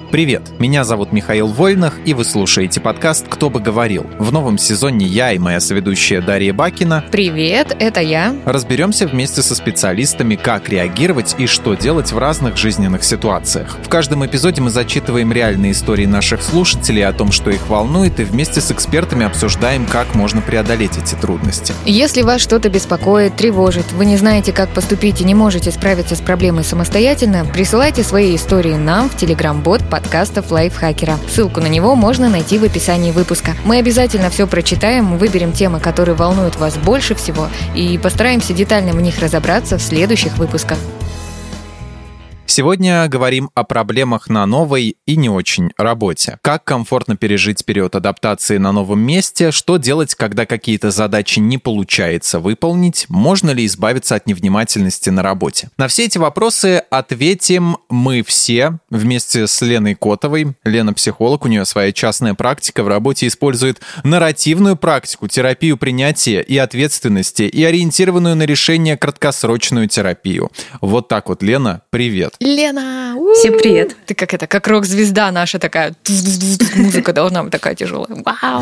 Привет, меня зовут Михаил Вольнах, и вы слушаете подкаст «Кто бы говорил». В новом сезоне я и моя соведущая Дарья Бакина. Привет, это я. Разберемся вместе со специалистами, как реагировать и что делать в разных жизненных ситуациях. В каждом эпизоде мы зачитываем реальные истории наших слушателей о том, что их волнует, и вместе с экспертами обсуждаем, как можно преодолеть эти трудности. Если вас что-то беспокоит, тревожит, вы не знаете, как поступить и не можете справиться с проблемой самостоятельно, присылайте свои истории нам в Telegram-бот подкастов Лайфхакера. Ссылку на него можно найти в описании выпуска. Мы обязательно все прочитаем, выберем темы, которые волнуют вас больше всего, и постараемся детально в них разобраться в следующих выпусках. Сегодня говорим о проблемах на новой и не очень работе. Как комфортно пережить период адаптации на новом месте, что делать, когда какие-то задачи не получается выполнить, можно ли избавиться от невнимательности на работе. На все эти вопросы ответим мы все вместе с Леной Котовой. Лена психолог, у нее своя частная практика, в работе использует нарративную практику, терапию принятия и ответственности и ориентированную на решение краткосрочную терапию. Вот так вот, Лена, привет. Лена! Всем привет! Ты как рок-звезда наша такая. Музыка должна быть такая тяжелая. Вау!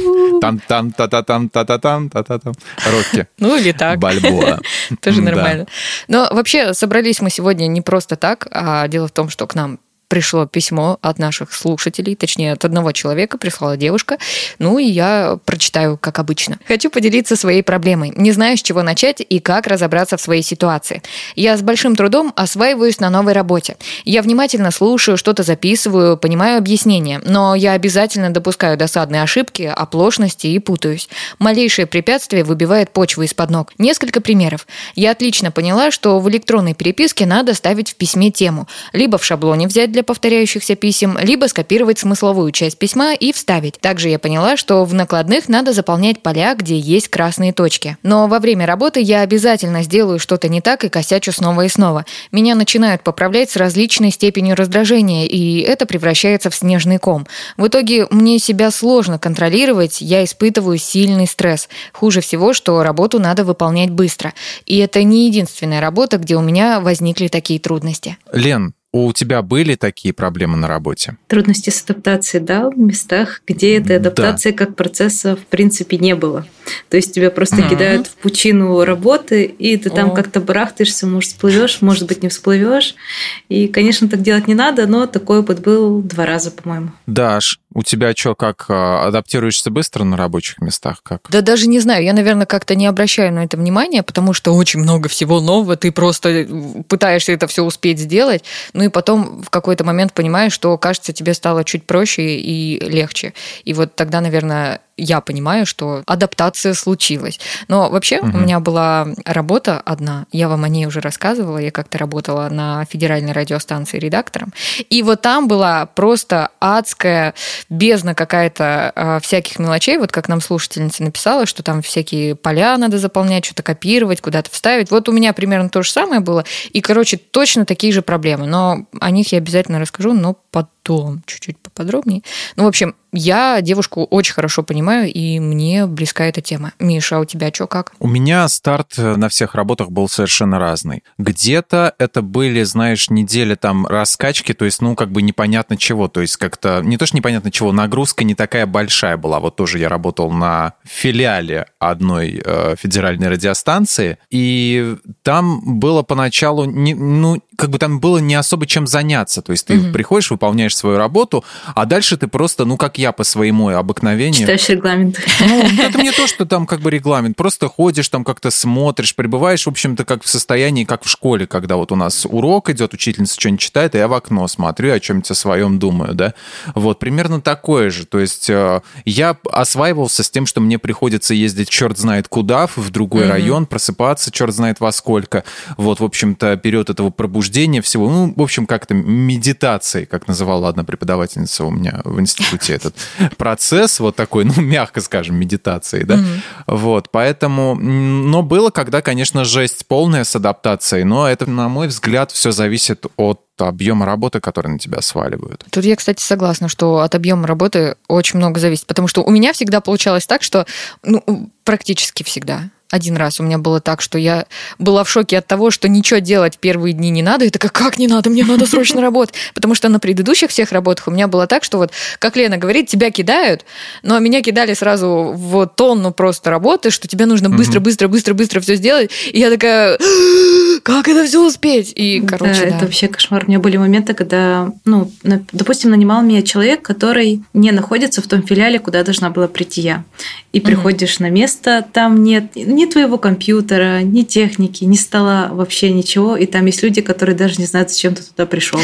Там-там-та-та-там-та-та-там-та-та-там. Рокки. Ну или так. Бальбоа. Тоже нормально. Но вообще собрались мы сегодня не просто так, а дело в том, что к нам пришло письмо от наших слушателей, точнее, от одного человека прислала девушка, ну и я прочитаю, как обычно. Хочу поделиться своей проблемой. Не знаю, с чего начать и как разобраться в своей ситуации. Я с большим трудом осваиваюсь на новой работе. Я внимательно слушаю, что-то записываю, понимаю объяснения, но я обязательно допускаю досадные ошибки, оплошности и путаюсь. Малейшее препятствие выбивает почву из-под ног. Несколько примеров. Я отлично поняла, что в электронной переписке надо ставить в письме тему, либо в шаблоне взять для повторяющихся писем, либо скопировать смысловую часть письма и вставить. Также я поняла, что в накладных надо заполнять поля, где есть красные точки. Но во время работы я обязательно сделаю что-то не так и косячу снова и снова. Меня начинают поправлять с различной степенью раздражения, и это превращается в снежный ком. В итоге мне себя сложно контролировать, я испытываю сильный стресс. Хуже всего, что работу надо выполнять быстро. И это не единственная работа, где у меня возникли такие трудности. Лен, у тебя были такие проблемы на работе? Трудности с адаптацией, да, в местах, где этой адаптации как процесса в принципе не было. То есть тебя просто кидают в пучину работы, и ты там как-то барахтаешься, может, всплывешь, может быть, не всплывешь. И, конечно, так делать не надо, но такой опыт был 2 раза, по-моему. Даш, у тебя что, как адаптируешься быстро на рабочих местах? Как? Да даже не знаю, я, наверное, как-то не обращаю на это внимания, потому что очень много всего нового, ты просто пытаешься это все успеть сделать, ну и потом в какой-то момент понимаешь, что, кажется, тебе стало чуть проще и легче. И вот тогда, наверное, я понимаю, что адаптация случилась. Но вообще у меня была работа одна, я вам о ней уже рассказывала, я как-то работала на федеральной радиостанции редактором, и вот там была просто адская бездна какая-то всяких мелочей, вот как нам слушательница написала, что там всякие поля надо заполнять, что-то копировать, куда-то вставить. Вот у меня примерно то же самое было, и, короче, точно такие же проблемы, но о них я обязательно расскажу, но потом чуть-чуть поподробнее. Ну, в общем, я девушку очень хорошо понимаю, и мне близка эта тема. Миша, а у тебя что, как? У меня старт на всех работах был совершенно разный. Где-то это были, знаешь, недели там раскачки, то есть, ну, как бы непонятно чего, то есть как-то, не то, что непонятно чего, нагрузка не такая большая была. Вот тоже я работал на филиале одной федеральной радиостанции, и там было поначалу, как бы там было не особо чем заняться, то есть ты приходишь, выполняешь свою работу, а дальше ты просто, как я по своему обыкновению... Читаешь регламент. Это не то, что там как бы регламент, просто ходишь, там как-то смотришь, пребываешь, в общем-то, как в состоянии, как в школе, когда вот у нас урок идет, учительница что-нибудь читает, а я в окно смотрю, о чем-нибудь о своем думаю, да. Вот, примерно такое же, то есть я осваивался с тем, что мне приходится ездить черт знает куда, в другой район, просыпаться черт знает во сколько, вот, в общем-то, период этого пробуждения всего, в общем, как-то медитации, как называла одна преподавательница у меня в институте, этот процесс вот такой, мягко скажем, медитации, да, вот, поэтому, но было, когда, конечно, жесть полная с адаптацией, но это, на мой взгляд, все зависит от объема работы, который на тебя сваливают. Тут я, кстати, согласна, что от объема работы очень много зависит, потому что у меня всегда получалось так, что, практически всегда, один раз у меня было так, что я была в шоке от того, что ничего делать первые дни не надо. И такая, как не надо? Мне надо срочно работать. Потому что на предыдущих всех работах у меня было так, что вот, как Лена говорит, тебя кидают, но меня кидали сразу в тонну просто работы, что тебе нужно быстро все сделать. И я такая, как это все успеть? И, короче, да. Это вообще кошмар. У меня были моменты, когда, допустим, нанимал меня человек, который не находится в том филиале, куда должна была прийти я. И приходишь на место, там нет ни твоего компьютера, ни техники, ни стола, вообще ничего. И там есть люди, которые даже не знают, зачем ты туда пришел.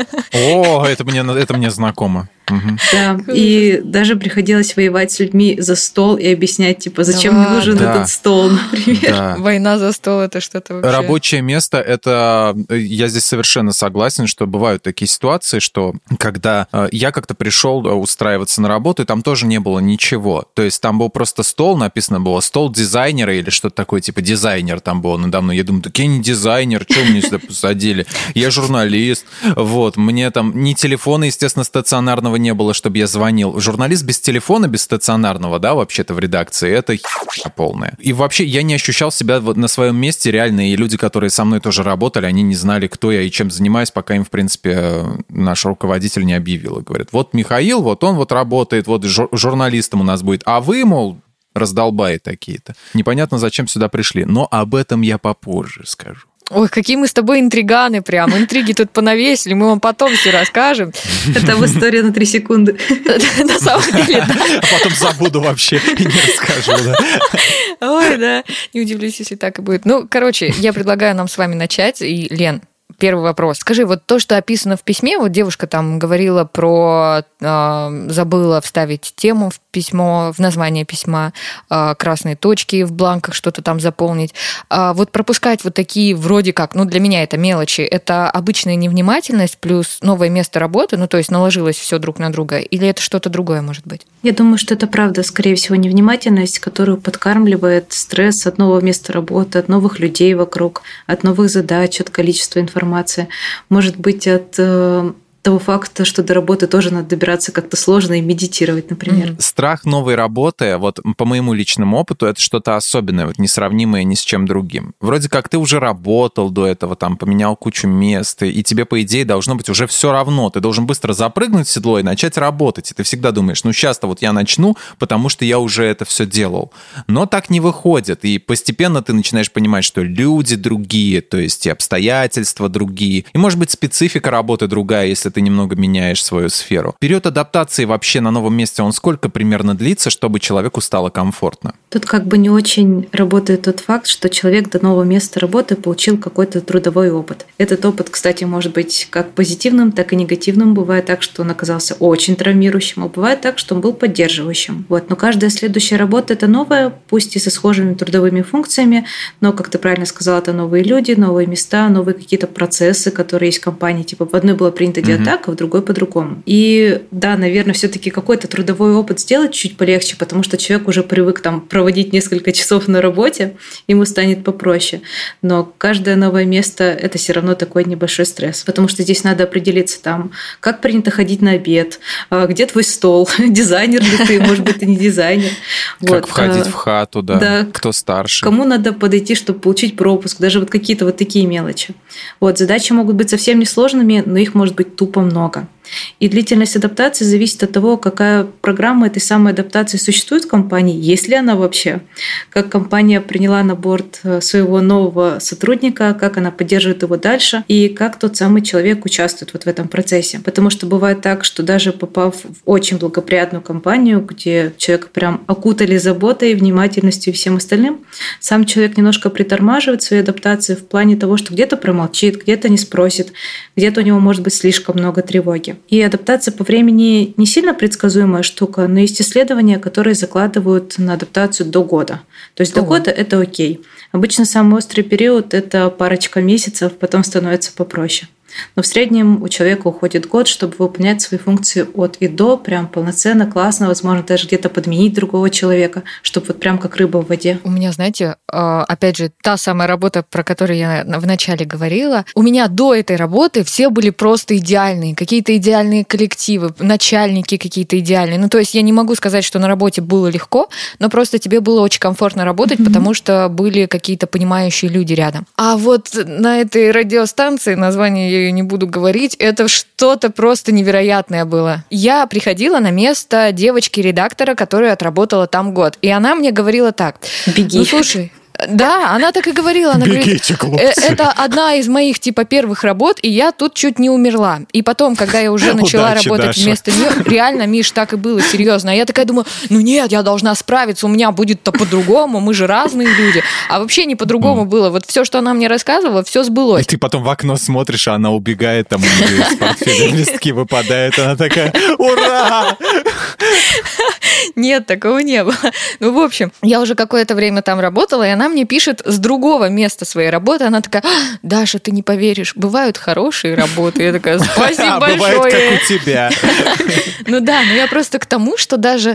О, это мне знакомо. Да, и даже приходилось воевать с людьми за стол и объяснять, типа, зачем мне нужен этот стол, например. Да. Война за стол – это что-то вообще. Рабочее место – это… Я здесь совершенно согласен, что бывают такие ситуации, что когда я как-то пришел устраиваться на работу, и там тоже не было ничего. То есть там был просто стол, написано было «стол дизайнера» или что-то такое, типа «дизайнер» там было надо мной. Я думаю, так я не дизайнер, что меня сюда посадили? Я журналист. Вот, мне там ни телефона, естественно, стационарного не было, чтобы я звонил. Журналист без телефона, без стационарного, да, вообще-то в редакции, это полная. И вообще я не ощущал себя на своем месте реально, и люди, которые со мной тоже работали, они не знали, кто я и чем занимаюсь, пока им, в принципе, наш руководитель не объявил. И говорит, вот Михаил, вот он вот работает, вот журналистом у нас будет, а вы, мол, раздолбаи такие-то. Непонятно, зачем сюда пришли, но об этом я попозже скажу. Ой, какие мы с тобой интриганы прям. Интриги тут понавесили, мы вам потом все расскажем. Это в истории на 3 секунды. На самом деле, да. А потом забуду вообще и не расскажу, да. Ой, да. Не удивлюсь, если так и будет. Короче, я предлагаю нам с вами начать. И, Лен, первый вопрос. Скажи, вот то, что описано в письме, вот девушка там говорила про... забыла вставить тему в письмо, в название письма, красные точки в бланках, что-то там заполнить. Вот пропускать вот такие вроде как, для меня это мелочи, это обычная невнимательность плюс новое место работы, то есть наложилось все друг на друга, или это что-то другое может быть? Я думаю, что это правда, скорее всего, невнимательность, которую подкармливает стресс от нового места работы, от новых людей вокруг, от новых задач, от количества информации. Может быть, от того факта, что до работы тоже надо добираться как-то сложно и медитировать, например. Страх новой работы, вот по моему личному опыту, это что-то особенное, вот несравнимое ни с чем другим. Вроде как ты уже работал до этого, там, поменял кучу мест, и тебе, по идее, должно быть уже все равно. Ты должен быстро запрыгнуть в седло и начать работать. И ты всегда думаешь, сейчас-то вот я начну, потому что я уже это все делал. Но так не выходит. И постепенно ты начинаешь понимать, что люди другие, то есть и обстоятельства другие. И, может быть, специфика работы другая, если ты немного меняешь свою сферу. Период адаптации вообще на новом месте, он сколько примерно длится, чтобы человеку стало комфортно? Тут как бы не очень работает тот факт, что человек до нового места работы получил какой-то трудовой опыт. Этот опыт, кстати, может быть как позитивным, так и негативным. Бывает так, что он оказался очень травмирующим, а бывает так, что он был поддерживающим. Но каждая следующая работа – это новая, пусть и со схожими трудовыми функциями, но, как ты правильно сказала, это новые люди, новые места, новые какие-то процессы, которые есть в компании. Типа в одной было принято делать так, а в другой по-другому. И да, наверное, все-таки какой-то трудовой опыт сделать чуть полегче, потому что человек уже привык там проводить несколько часов на работе, ему станет попроще. Но каждое новое место – это все равно такой небольшой стресс, потому что здесь надо определиться там, как принято ходить на обед, где твой стол, дизайнер ли ты, может быть, ты не дизайнер. Как входить в хату, да, кто старше. Кому надо подойти, чтобы получить пропуск, даже вот какие-то вот такие мелочи. Задачи могут быть совсем несложными, но их может быть тупо много. И длительность адаптации зависит от того, какая программа этой самой адаптации существует в компании, есть ли она вообще, как компания приняла на борт своего нового сотрудника, как она поддерживает его дальше и как тот самый человек участвует в этом процессе. Потому что бывает так, что даже попав в очень благоприятную компанию, где человека прям окутали заботой, внимательностью и всем остальным, сам человек немножко притормаживает своей адаптации в плане того, что где-то промолчит, где-то не спросит, где-то у него может быть слишком много тревоги. И адаптация по времени не сильно предсказуемая штука, но есть исследования, которые закладывают на адаптацию до года. То есть до года это окей. Обычно самый острый период – это парочка месяцев, потом становится попроще. Но в среднем у человека уходит год, чтобы выполнять свои функции от и до, прям полноценно, классно, возможно, даже где-то подменить другого человека, чтобы вот прям как рыба в воде. У меня, знаете, опять же, та самая работа, про которую я вначале говорила, у меня до этой работы все были просто идеальные, какие-то идеальные коллективы, начальники какие-то идеальные. Ну, то есть я не могу сказать, что на работе было легко, но просто тебе было очень комфортно работать, потому что были какие-то понимающие люди рядом. А вот на этой радиостанции, название я ее не буду говорить, это что-то просто невероятное было. Я приходила на место девочки-редактора, которая отработала там год, и она мне говорила так: «Беги». Ну, слушай, да, она так и говорила. Она Бегите, говорит, это одна из моих типа первых работ, и я тут чуть не умерла. И потом, когда я уже начала работать вместо нее, реально, Миш, так и было, серьезно. А я такая думаю, ну нет, я должна справиться, у меня будет-то по-другому, мы же разные люди. А вообще не по-другому было. Вот все, что она мне рассказывала, все сбылось. И ты потом в окно смотришь, а она убегает, там у нее из портфеля листки выпадают, она такая, ура! Нет, такого не было. Ну, в общем, я уже какое-то время там работала, и она мне пишет с другого места своей работы. Она такая: Даша, ты не поверишь, бывают хорошие работы. Я такая: спасибо большое. Бывает, как у тебя. Ну да, но я просто к тому, что даже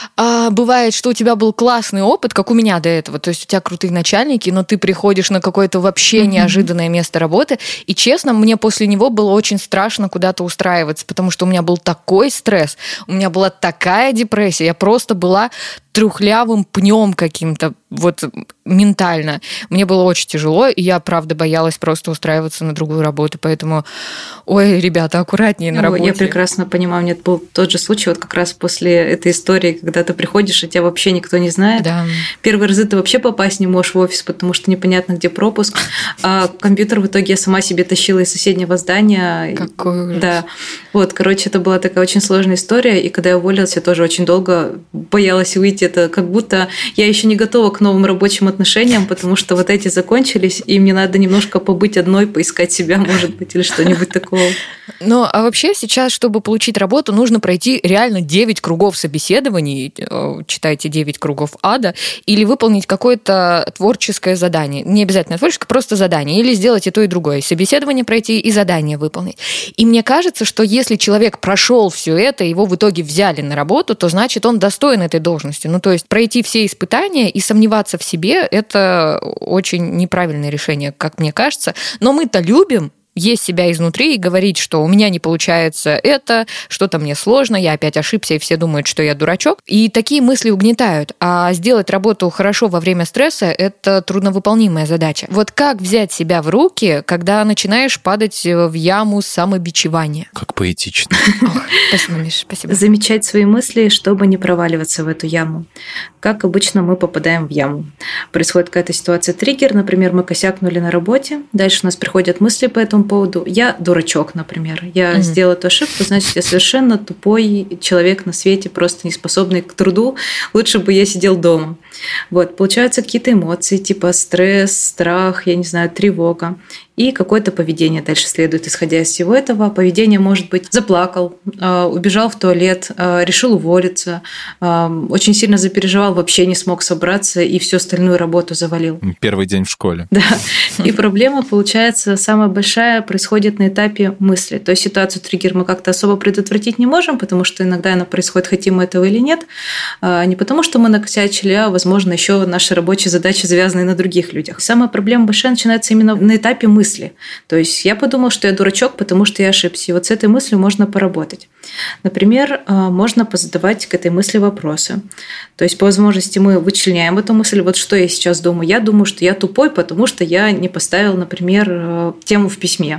бывает, что у тебя был классный опыт, как у меня до этого. То есть у тебя крутые начальники, но ты приходишь на какое-то вообще неожиданное место работы. И честно, мне после него было очень страшно куда-то устраиваться, потому что у меня был такой стресс, у меня была такая депрессия, я просто была трухлявым пнем каким-то, вот ментально. Мне было очень тяжело, и я, правда, боялась просто устраиваться на другую работу, поэтому, ой, ребята, аккуратнее на работе. Я прекрасно понимаю, у меня был тот же случай, вот как раз после этой истории, когда ты приходишь, и тебя вообще никто не знает. Да. Первый раз ты вообще попасть не можешь в офис, потому что непонятно, где пропуск. А компьютер в итоге я сама себе тащила из соседнего здания. Какой ужас. Да. Вот, короче, это была такая очень сложная история, и когда я уволилась, я тоже очень долго боялась выйти. Это как будто я еще не готова к новым рабочим отношениям, потому что вот эти закончились, и мне надо немножко побыть одной, поискать себя, может быть, или что-нибудь такого. Ну, а вообще сейчас, чтобы получить работу, нужно пройти реально 9 кругов собеседований, читайте 9 кругов ада, или выполнить какое-то творческое задание. Не обязательно творческое, просто задание. Или сделать и то, и другое. Собеседование пройти и задание выполнить. И мне кажется, что если человек прошел все это, его в итоге взяли на работу, то значит, он достоин этой должности. Ну, то есть пройти все испытания и сомневаться в себе – это очень неправильное решение, как мне кажется. Но мы-то любим есть себя изнутри и говорить, что у меня не получается это, что-то мне сложно, я опять ошибся, и все думают, что я дурачок. И такие мысли угнетают. А сделать работу хорошо во время стресса – это трудновыполнимая задача. Вот как взять себя в руки, когда начинаешь падать в яму самобичевания? Как поэтично. Спасибо, Миша, спасибо. Замечать свои мысли, чтобы не проваливаться в эту яму. Как обычно мы попадаем в яму. Происходит какая-то ситуация, триггер, например, мы косякнули на работе, дальше у нас приходят мысли по этому поводу. Я дурачок, например. Я сделала эту ошибку, значит, я совершенно тупой человек на свете, просто не способный к труду. Лучше бы я сидел дома. Вот. Получаются какие-то эмоции, типа стресс, страх, я не знаю, тревога. И какое-то поведение дальше следует, исходя из всего этого. Поведение может быть: заплакал, убежал в туалет, решил уволиться, очень сильно запереживал, вообще не смог собраться и всю остальную работу завалил. Первый день в школе. Да. И проблема, получается, самая большая происходит на этапе мысли. То есть ситуацию триггер мы как-то особо предотвратить не можем, потому что иногда она происходит, хотим мы этого или нет. Не потому что мы накосячили, а, возможно, еще наши рабочие задачи завязаны на других людях. Самая проблема большая начинается именно на этапе мысли. То есть я подумал, что я дурачок, потому что я ошибся. И вот с этой мыслью можно поработать. Например, можно позадавать к этой мысли вопросы. То есть по возможности мы вычленяем эту мысль. Вот что я сейчас думаю. Я думаю, что я тупой, потому что я не поставил, например, тему в письме.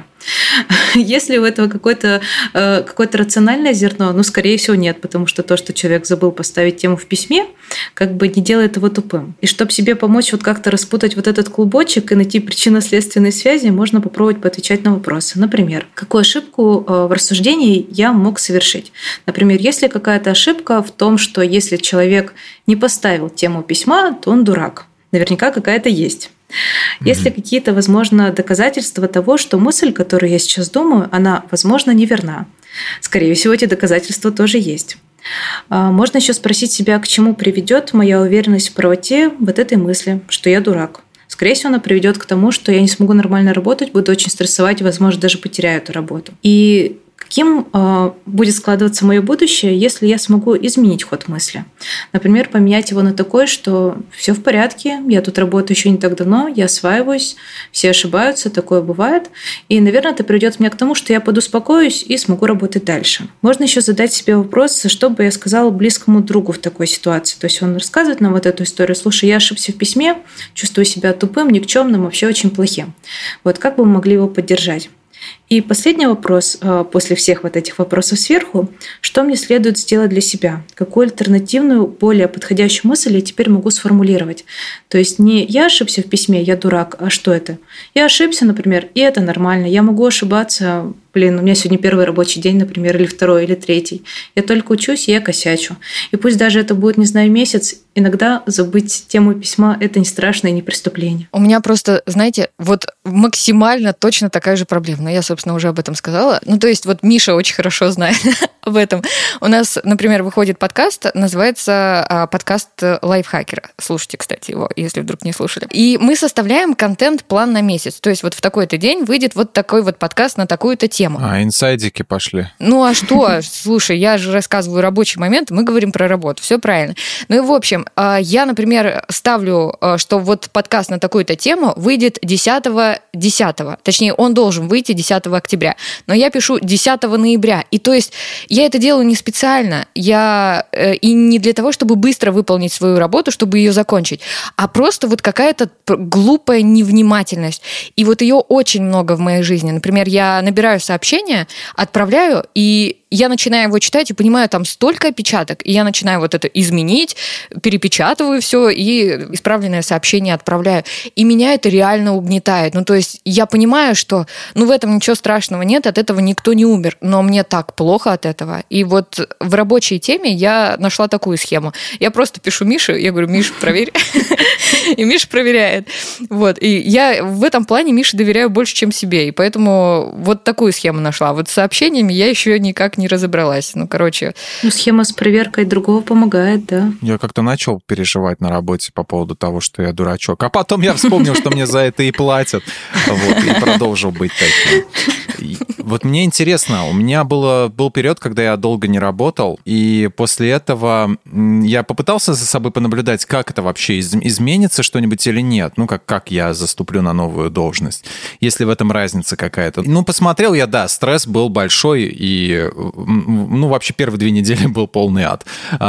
Если у этого какое-то рациональное зерно, ну, скорее всего, нет, потому что то, что человек забыл поставить тему в письме, как бы не делает его тупым. И чтобы себе помочь вот как-то распутать вот этот клубочек и найти причинно-следственные связи, можно попробовать поотвечать на вопросы. Например, какую ошибку в рассуждении я мог совершить? Например, есть ли какая-то ошибка в том, что если человек не поставил тему письма, то он дурак? Наверняка какая-то есть. Есть ли какие-то, возможно, доказательства того, что мысль, которую я сейчас думаю, она, возможно, неверна? Скорее всего, эти доказательства тоже есть. Можно еще спросить себя, к чему приведет моя уверенность в правоте вот этой мысли, что я дурак. Скорее всего, она приведет к тому, что я не смогу нормально работать, буду очень стрессовать и, возможно, даже потеряю эту работу. И каким будет складываться мое будущее, если я смогу изменить ход мысли? Например, поменять его на такой, что все в порядке, я тут работаю еще не так давно, я осваиваюсь, все ошибаются, такое бывает. И, наверное, это приведет меня к тому, что я подуспокоюсь и смогу работать дальше. Можно еще задать себе вопрос, что бы я сказала близкому другу в такой ситуации. То есть он рассказывает нам вот эту историю: слушай, я ошибся в письме, чувствую себя тупым, никчемным, вообще очень плохим. Вот как бы мы могли его поддержать? И последний вопрос после всех вот этих вопросов сверху: что мне следует сделать для себя? Какую альтернативную, более подходящую мысль я теперь могу сформулировать? То есть не я ошибся в письме, я дурак, а что это? Я ошибся, например, и это нормально. Я могу ошибаться, у меня сегодня первый рабочий день, например, или второй, или третий. Я только учусь, и я косячу. И пусть даже это будет, не знаю, месяц, иногда забыть тему письма – это не страшно и не преступление. У меня просто, знаете, вот максимально точно такая же проблема. Но я, собственно, уже об этом сказала. То есть вот Миша очень хорошо знает об этом. У нас, например, выходит подкаст, называется подкаст «Лайфхакера». Слушайте, кстати, его, если вдруг не слушали. И мы составляем контент-план на месяц. То есть вот в такой-то день выйдет вот такой вот подкаст на такую-то тему. Инсайдики пошли. А что? Слушай, я же рассказываю рабочий момент, мы говорим про работу. Все правильно. И в общем, я, например, ставлю, что вот подкаст на такую-то тему выйдет 10-10. Точнее, он должен выйти 10 октября. Но я пишу 10 ноября. И то есть я это делаю не специально. И не для того, чтобы быстро выполнить свою работу, чтобы ее закончить, а просто вот какая-то глупая невнимательность. И вот ее очень много в моей жизни. Например, я набираю сообщение, отправляю, и я начинаю его читать и понимаю, там столько опечаток, и я начинаю вот это изменить, перепечатываю все и исправленное сообщение отправляю. И меня это реально угнетает. То есть я понимаю, что в этом ничего страшного нет, от этого никто не умер, но мне так плохо от этого. И вот в рабочей теме я нашла такую схему. Я просто пишу Мише, я говорю: Миша, проверь. И Миша проверяет. Вот. И я в этом плане Мише доверяю больше, чем себе. И поэтому вот такую схему нашла. Вот с сообщениями я еще никак не разобралась. Схема с проверкой другого помогает, да. Я как-то начал переживать на работе по поводу того, что я дурачок. А потом я вспомнил, что мне за это и платят. И продолжил быть таким. Вот мне интересно, у меня был период, когда я долго не работал, и после этого я попытался за собой понаблюдать, как это вообще изменится что-нибудь или нет, как я заступлю на новую должность, если в этом разница какая-то. Посмотрел я, да, стресс был большой, и, вообще первые 2 недели был полный ад.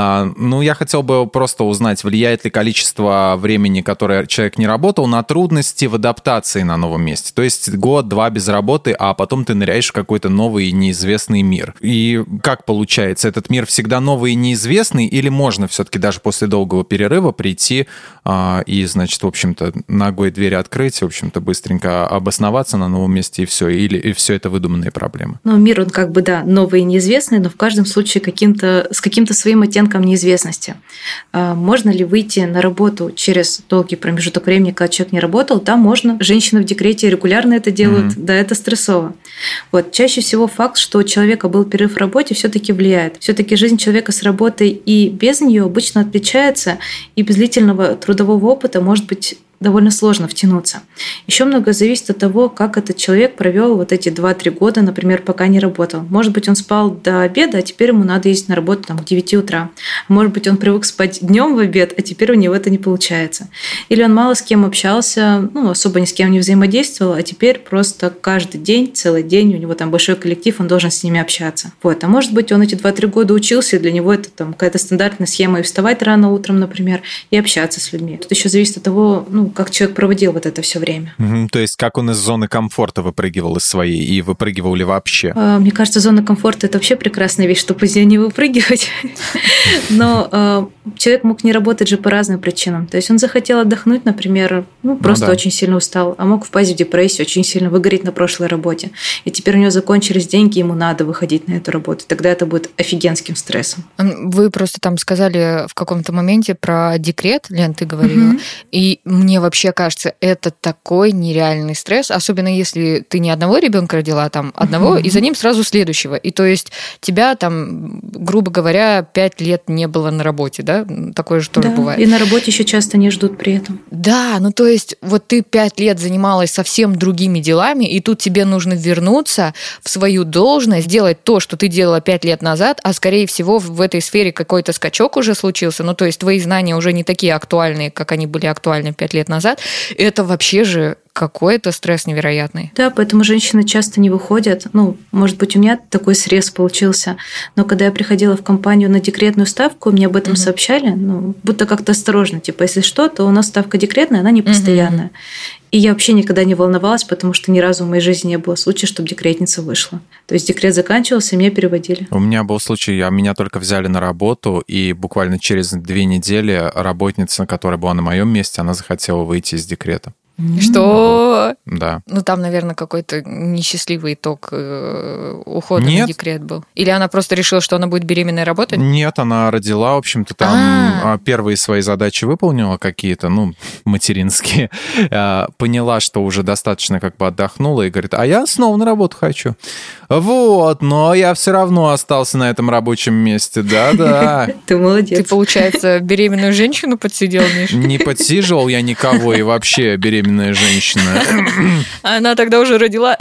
Я хотел бы просто узнать, влияет ли количество времени, которое человек не работал, на трудности в адаптации на новом месте. То есть год-два без работы, а потом ты ныряешь в какой-то новый неизвестный мир. И как получается, этот мир всегда новый и неизвестный, или можно все-таки даже после долгого перерыва прийти и, значит, в общем-то, ногой дверь открыть, в общем-то, быстренько обосноваться на новом месте, и все, или все это выдуманные проблемы? Мир, он новый и неизвестный, но в каждом случае с каким-то своим оттенком неизвестности. Можно ли выйти на работу через долгий промежуток времени, когда человек не работал? Да, можно. Женщины в декрете регулярно это делают. Да, это стрессово. Чаще всего факт, что у человека был перерыв в работе, все-таки влияет. Все-таки жизнь человека с работой и без нее обычно отличается, и без длительного трудового опыта может быть довольно сложно втянуться. Еще много зависит от того, как этот человек провел вот эти 2-3 года, например, пока не работал. Может быть, он спал до обеда, а теперь ему надо ездить на работу к 9 утра. Может быть, он привык спать днем в обед, а теперь у него это не получается. Или он мало с кем общался, особо ни с кем не взаимодействовал, а теперь просто каждый день, целый день, у него там большой коллектив, он должен с ними общаться. А может быть, он эти 2-3 года учился, и для него это какая-то стандартная схема и вставать рано утром, например, и общаться с людьми. Тут еще зависит от того, как человек проводил вот это все время. То есть как он из зоны комфорта выпрыгивал из своей, и выпрыгивал ли вообще? Мне кажется, зона комфорта – это вообще прекрасная вещь, чтобы из нее не выпрыгивать. Но человек мог не работать же по разным причинам. То есть он захотел отдохнуть, например, просто очень сильно устал, а мог впасть в депрессию, очень сильно выгореть на прошлой работе. И теперь у него закончились деньги, ему надо выходить на эту работу. Тогда это будет офигенским стрессом. Вы просто там сказали в каком-то моменте про декрет, Лен, ты говорила, и мне Мне вообще кажется, это такой нереальный стресс, особенно если ты не одного ребенка родила, а там одного, и за ним сразу следующего. И то есть тебя там, грубо говоря, 5 лет не было на работе, да? Такое же тоже бывает. И на работе еще часто не ждут при этом. Да, ну то есть вот ты 5 лет занималась совсем другими делами, и тут тебе нужно вернуться в свою должность, делать то, что ты делала 5 лет назад, а скорее всего в этой сфере какой-то скачок уже случился, ну то есть твои знания уже не такие актуальные, как они были актуальны 5 лет назад. Это вообще же какой-то стресс невероятный. Да, поэтому женщины часто не выходят. Ну, может быть, у меня такой срез получился, но когда я приходила в компанию на декретную ставку, мне об этом сообщали, ну, будто как-то осторожно, типа, если что, то у нас ставка декретная, она не постоянная. И я вообще никогда не волновалась, потому что ни разу в моей жизни не было случая, чтобы декретница вышла. То есть декрет заканчивался, и меня переводили. У меня был случай, меня только взяли на работу, и буквально через 2 недели работница, которая была на моем месте, она захотела выйти из декрета. Что? Да. Ну, там, наверное, какой-то несчастливый итог ухода на декрет был. Или она просто решила, что она будет беременной работать? Нет, она родила, в общем-то, там первые свои задачи выполнила какие-то, материнские. Поняла, что уже достаточно как бы отдохнула и говорит, а я снова на работу хочу. Вот, но я все равно остался на этом рабочем месте, да-да. Ты молодец. Ты, получается, беременную женщину подсидел, Миш? Не подсиживал я никого, и вообще беременная женщина. Она тогда уже родила.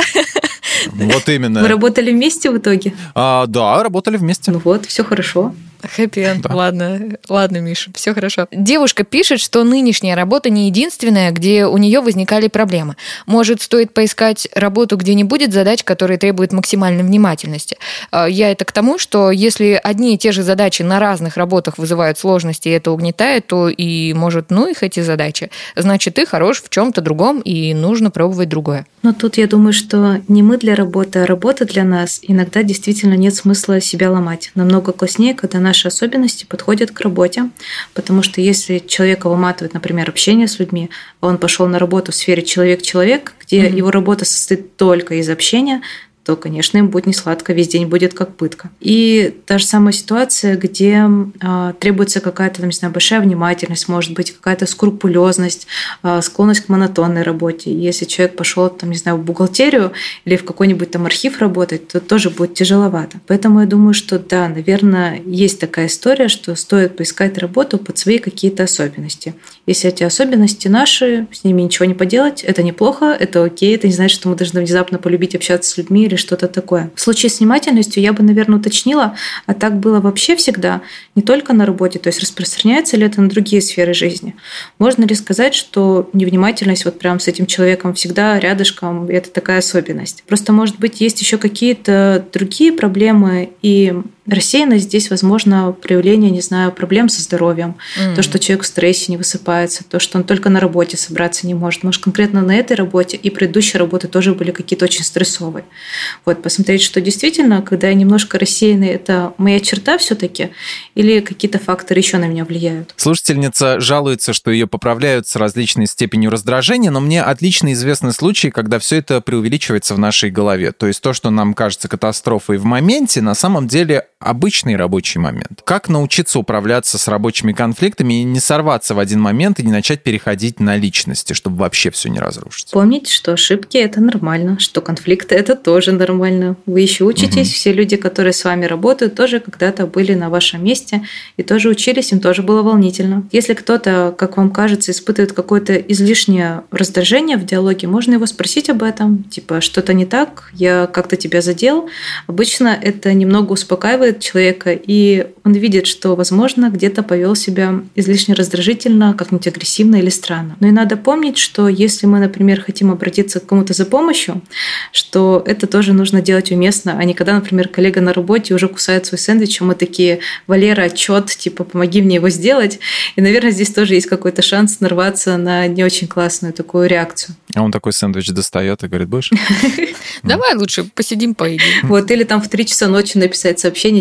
Вот именно. Вы работали вместе в итоге? Да, работали вместе. Ну вот, все хорошо. Хэппи-энд. Да. Ладно, Миша, все хорошо. Девушка пишет, что нынешняя работа не единственная, где у нее возникали проблемы. Может, стоит поискать работу, где не будет задач, которые требуют максимальной внимательности. Я это к тому, что если одни и те же задачи на разных работах вызывают сложности, и это угнетает, то и может, их эти задачи. Значит, ты хорош в чем-то другом, и нужно пробовать другое. Но тут я думаю, что не мы для работы, а работа для нас. Иногда действительно нет смысла себя ломать. Намного класснее, когда наши особенности подходят к работе, потому что если человека выматывает, например, общение с людьми, а он пошел на работу в сфере человек-человек, где его работа состоит только из общения, то, конечно, им будет не сладко, весь день будет как пытка. И та же самая ситуация, где требуется какая-то, большая внимательность, может быть, какая-то скрупулезность, склонность к монотонной работе. Если человек пошел, в бухгалтерию или в какой-нибудь архив работать, то тоже будет тяжеловато. Поэтому я думаю, что да, наверное, есть такая история, что стоит поискать работу под свои какие-то особенности. Если эти особенности наши, с ними ничего не поделать, это неплохо, это окей, это не значит, что мы должны внезапно полюбить общаться с людьми или что-то такое. В случае с внимательностью я бы, наверное, уточнила, а так было вообще всегда, не только на работе, то есть распространяется ли это на другие сферы жизни. Можно ли сказать, что невнимательность вот прям с этим человеком всегда рядышком, это такая особенность? Просто, может быть, есть еще какие-то другие проблемы, и рассеянность здесь, возможно, проявление, проблем со здоровьем, то, что человек в стрессе не высыпается, то, что он только на работе собраться не может. Может, конкретно на этой работе и предыдущие работы тоже были какие-то очень стрессовые. Вот, посмотреть, что действительно, когда я немножко рассеянный, это моя черта все-таки, или какие-то факторы еще на меня влияют. Слушательница жалуется, что ее поправляют с различной степенью раздражения, но мне отлично известны случаи, когда все это преувеличивается в нашей голове. То есть то, что нам кажется катастрофой в моменте, на самом деле обычный рабочий момент. Как научиться управляться с рабочими конфликтами и не сорваться в один момент и не начать переходить на личности, чтобы вообще все не разрушить? Помните, что ошибки – это нормально, что конфликты – это тоже нормально. Вы еще учитесь, все люди, которые с вами работают, тоже когда-то были на вашем месте и тоже учились, им тоже было волнительно. Если кто-то, как вам кажется, испытывает какое-то излишнее раздражение в диалоге, можно его спросить об этом, типа, что-то не так, я как-то тебя задел. Обычно это немного успокаивает человека, и он видит, что, возможно, где-то повел себя излишне раздражительно, как-нибудь агрессивно или странно. Но и надо помнить, что если мы, например, хотим обратиться к кому-то за помощью, что это тоже нужно делать уместно, а не когда, например, коллега на работе уже кусает свой сэндвич, а мы такие: Валера, отчет, типа, помоги мне его сделать. И, наверное, здесь тоже есть какой-то шанс нарваться на не очень классную такую реакцию. А он такой сэндвич достает и говорит: будешь? Давай лучше посидим, поедим. Вот, или там в 3 часа ночи написать сообщение,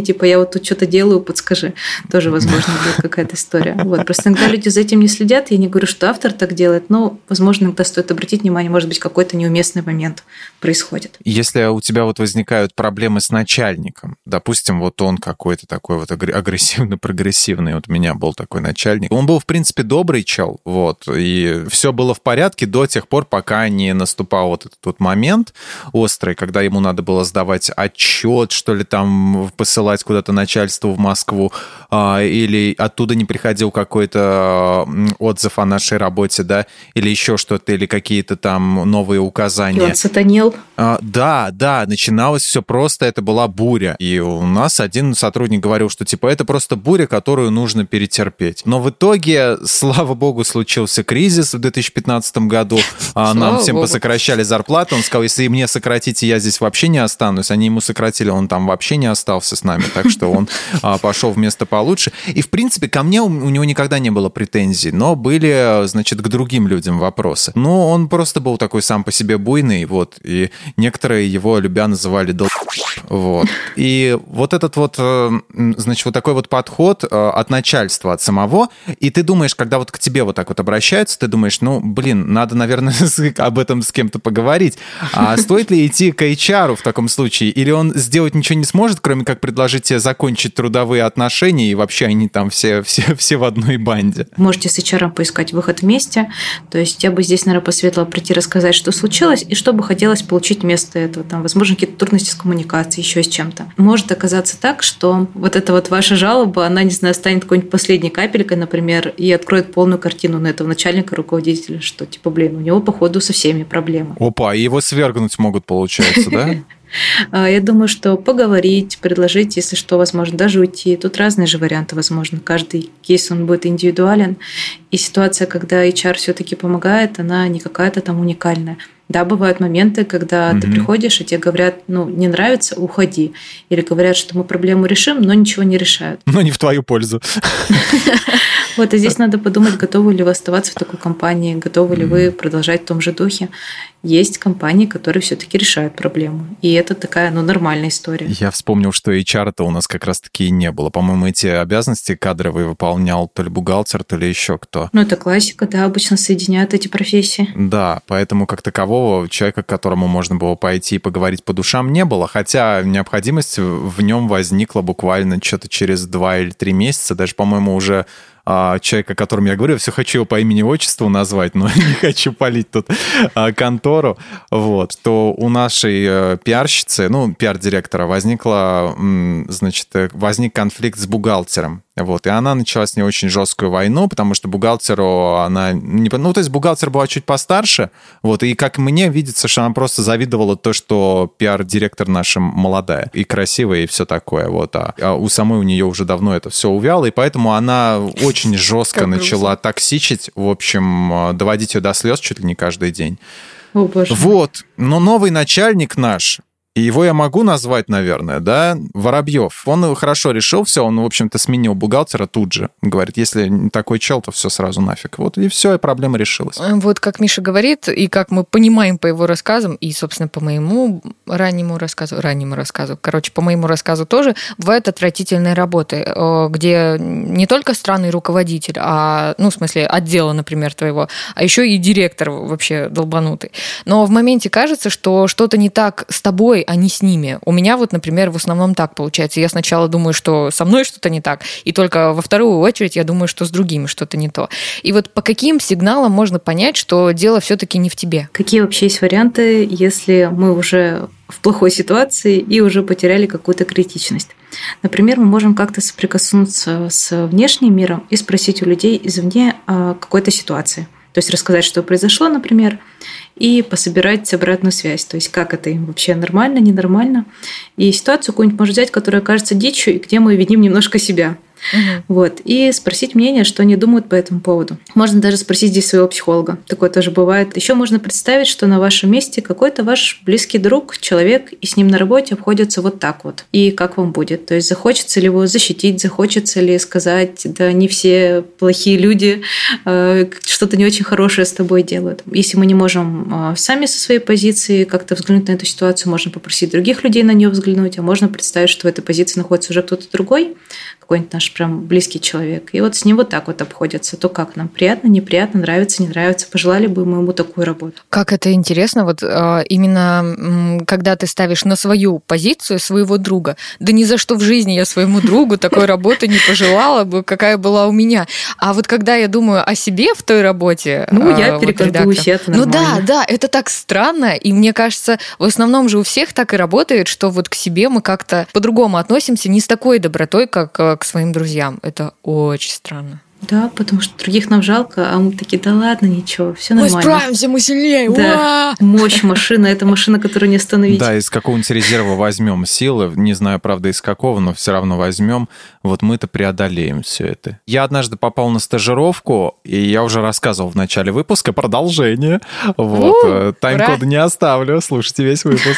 типа, я вот тут что-то делаю, подскажи. Тоже, возможно, будет какая-то история. Вот. Просто иногда люди за этим не следят. Я не говорю, что автор так делает, но, возможно, иногда стоит обратить внимание, может быть, какой-то неуместный момент происходит. Если у тебя вот возникают проблемы с начальником, допустим, вот он какой-то такой вот агрессивно-прогрессивный, вот у меня был такой начальник, он был, в принципе, добрый чел, вот, и все было в порядке до тех пор, пока не наступал вот этот вот момент острый, когда ему надо было сдавать отчет, что ли, там, посылать куда-то начальству в Москву, или оттуда не приходил какой-то отзыв о нашей работе, да, или еще что-то, или какие-то там новые указания. И он сатанел. Да, начиналось все просто, это была буря. И у нас один сотрудник говорил, что типа это просто буря, которую нужно перетерпеть. Но в итоге, слава богу, случился кризис в 2015 году. Нам всем посокращали зарплату. Он сказал, если мне сократите, я здесь вообще не останусь. Они ему сократили, он там вообще не остался с нами. Так что он пошел в место получше. И, в принципе, ко мне у него никогда не было претензий, но были, значит, к другим людям вопросы. Но он просто был такой сам по себе буйный, вот, и некоторые его любя называли вот. И вот этот вот, значит, вот такой вот подход от начальства, от самого, и ты думаешь, когда вот к тебе вот так вот обращаются, ты думаешь, ну, блин, надо, наверное, об этом с кем-то поговорить. А стоит ли идти к HR в таком случае? Или он сделать ничего не сможет, кроме как предложить тебе закончить трудовые отношения, и вообще они там все в одной банде? Можете с HR поискать выход вместе. То есть я бы здесь, наверное, посоветовала прийти рассказать, что случилось, и что бы хотелось получить вместо этого. Там, возможно, какие-то трудности с коммуникацией, еще с чем-то. Может оказаться так, что вот эта вот ваша жалоба, она, не знаю, станет какой-нибудь последней капелькой, например, и откроет полную картину на этого начальника, руководителя, что типа, блин, у него, походу, со всеми проблемы. Опа, и его свергнуть могут, получается, да? Я думаю, что поговорить, предложить, если что, возможно, даже уйти. Тут разные же варианты, возможно. Каждый кейс, он будет индивидуален. И ситуация, когда HR все-таки помогает, она не какая-то там уникальная. Да, бывают моменты, когда ты приходишь, и тебе говорят, ну, не нравится, уходи. Или говорят, что мы проблему решим, но ничего не решают. Но не в твою пользу. Вот, и здесь надо подумать, готовы ли вы оставаться в такой компании, готовы ли вы продолжать в том же духе. Есть компании, которые все-таки решают проблему. И это такая, ну, нормальная история. Я вспомнил, что HR-то у нас как раз-таки и не было. По-моему, эти обязанности кадровые выполнял то ли бухгалтер, то ли еще кто. Ну, это классика, да, обычно соединяют эти профессии. Да, поэтому как такового человека, к которому можно было пойти и поговорить по душам, не было. Хотя необходимость в нем возникла буквально что-то через 2 или 3 месяца. Даже, по-моему, уже человека, о котором я говорю, я все хочу его по имени-отчеству назвать, но не хочу палить тут контору, вот, то у нашей пиарщицы, ну, пиар-директора возник конфликт с бухгалтером. Вот, и она начала с ней очень жесткую войну, потому что бухгалтеру она не... Ну, то есть бухгалтер была чуть постарше, вот, и как мне видится, что она просто завидовала то, что пиар-директор наша молодая и красивая, и все такое, вот, а у самой у нее уже давно это все увяло, и поэтому она очень жестко начала токсичить, в общем, доводить ее до слез чуть ли не каждый день. О, боже. Вот, но новый начальник наш, и его я могу назвать, наверное, да, Воробьев. Он хорошо решил все, он, в общем-то, сменил бухгалтера тут же. Говорит, если такой чел, то все сразу нафиг. Вот и все, и проблема решилась. Вот как Миша говорит, и как мы понимаем по его рассказам, и, собственно, по моему раннему рассказу, короче, по моему рассказу тоже, бывают отвратительные работы, где не только странный руководитель, ну, в смысле, отдела, например, твоего, а еще и директор вообще долбанутый. Но в моменте кажется, что что-то не так с тобой, а не с ними. У меня вот, например, в основном так получается. Я сначала думаю, что со мной что-то не так, и только во вторую очередь я думаю, что с другими что-то не то. И вот по каким сигналам можно понять, что дело все-таки не в тебе? Какие вообще есть варианты, если мы уже в плохой ситуации и уже потеряли какую-то критичность? Например, мы можем как-то соприкоснуться с внешним миром и спросить у людей извне о какой-то ситуации. То есть рассказать, что произошло, например, и пособирать обратную связь. То есть как это им вообще нормально, ненормально. И ситуацию какую-нибудь можно взять, которая кажется дичью, и где мы видим немножко себя. Вот, и спросить мнение, что они думают по этому поводу. Можно даже спросить здесь своего психолога. Такое тоже бывает. Еще можно представить, что на вашем месте какой-то ваш близкий друг, человек, и с ним на работе обходятся вот так вот. И как вам будет? То есть захочется ли его защитить, захочется ли сказать, да не все плохие люди, что-то не очень хорошее с тобой делают. Если мы не можем сами со своей позиции как-то взглянуть на эту ситуацию, можно попросить других людей на нее взглянуть, а можно представить, что в этой позиции находится уже кто-то другой, какой-нибудь наш прям близкий человек. И вот с ним вот так вот обходятся. То как нам приятно, неприятно, нравится, не нравится. Пожелали бы мы ему такую работу. Как это интересно, вот именно когда ты ставишь на свою позицию своего друга. Да ни за что в жизни я своему другу такой работы не пожелала бы, какая была у меня. А вот когда я думаю о себе в той работе... я перекантуюсь, это нормально. Да, это так странно. И мне кажется, в основном же у всех так и работает, что вот к себе мы как-то по-другому относимся, не с такой добротой, как к своим друзьям. Это очень странно. Да, потому что других нам жалко, а мы такие, да ладно, ничего, все нормально. Мы справимся, мы сильнее. Да. Мощь машины, это машина, которую не остановить. Да, из какого-нибудь резерва возьмем силы, не знаю, правда, из какого, но все равно возьмем. Вот мы-то преодолеем все это. Я однажды попал на стажировку, и я уже рассказывал в начале выпуска продолжение. Вот, тайм-кода не оставлю, слушайте весь выпуск.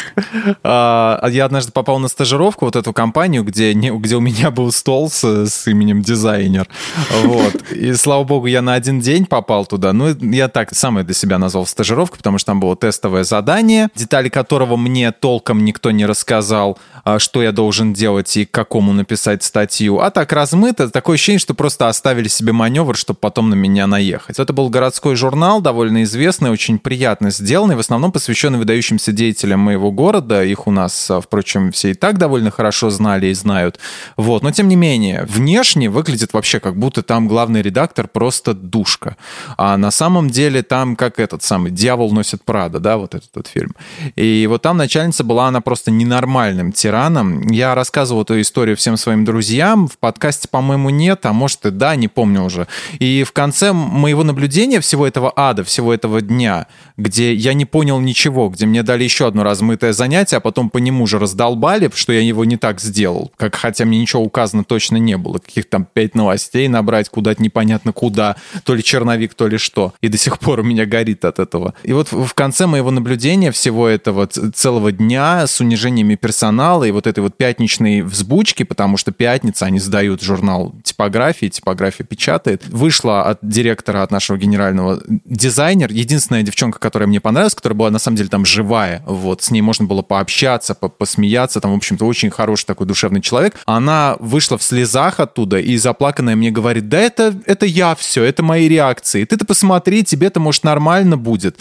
Я однажды попал на стажировку, вот эту компанию, где у меня был стол с именем дизайнер. Вот. И, слава богу, я на один день попал туда. Ну, я так самое для себя назвал стажировку, потому что там было тестовое задание, детали которого мне толком никто не рассказал, что я должен делать и к какому написать статью. А так размыто, такое ощущение, что просто оставили себе маневр, чтобы потом на меня наехать. Это был городской журнал, довольно известный, очень приятно сделанный, в основном посвященный выдающимся деятелям моего города. Их у нас, впрочем, все и так довольно хорошо знали и знают. Вот. Но, тем не менее, внешне выглядит вообще, как будто там главный редактор просто душка. А на самом деле там как этот самый «Дьявол носит Прада», да, вот этот фильм. И вот там начальница была, она просто ненормальным тираном. Я рассказывал эту историю всем своим друзьям. В подкасте, по-моему, нет, а может и да, не помню уже. И в конце моего наблюдения всего этого ада, всего этого дня, где я не понял ничего, где мне дали еще одно размытое занятие, а потом по нему же раздолбали, что я его не так сделал, хотя мне ничего указано точно не было. Каких-то там 5 новостей набрать, куда-то непонятно куда, то ли черновик, то ли что. И до сих пор у меня горит от этого. И вот в конце моего наблюдения всего этого целого дня с унижениями персонала и вот этой вот пятничной взбучки, потому что пятница, они сдают журнал типография печатает, вышла от директора, от нашего генерального дизайнер, единственная девчонка, которая мне понравилась, которая была на самом деле там живая, вот, с ней можно было пообщаться, посмеяться, там, в общем-то, очень хороший такой душевный человек. Она вышла в слезах оттуда и заплаканная мне говорит: да это я все, это мои реакции. Ты-то посмотри, тебе-то, может, нормально будет.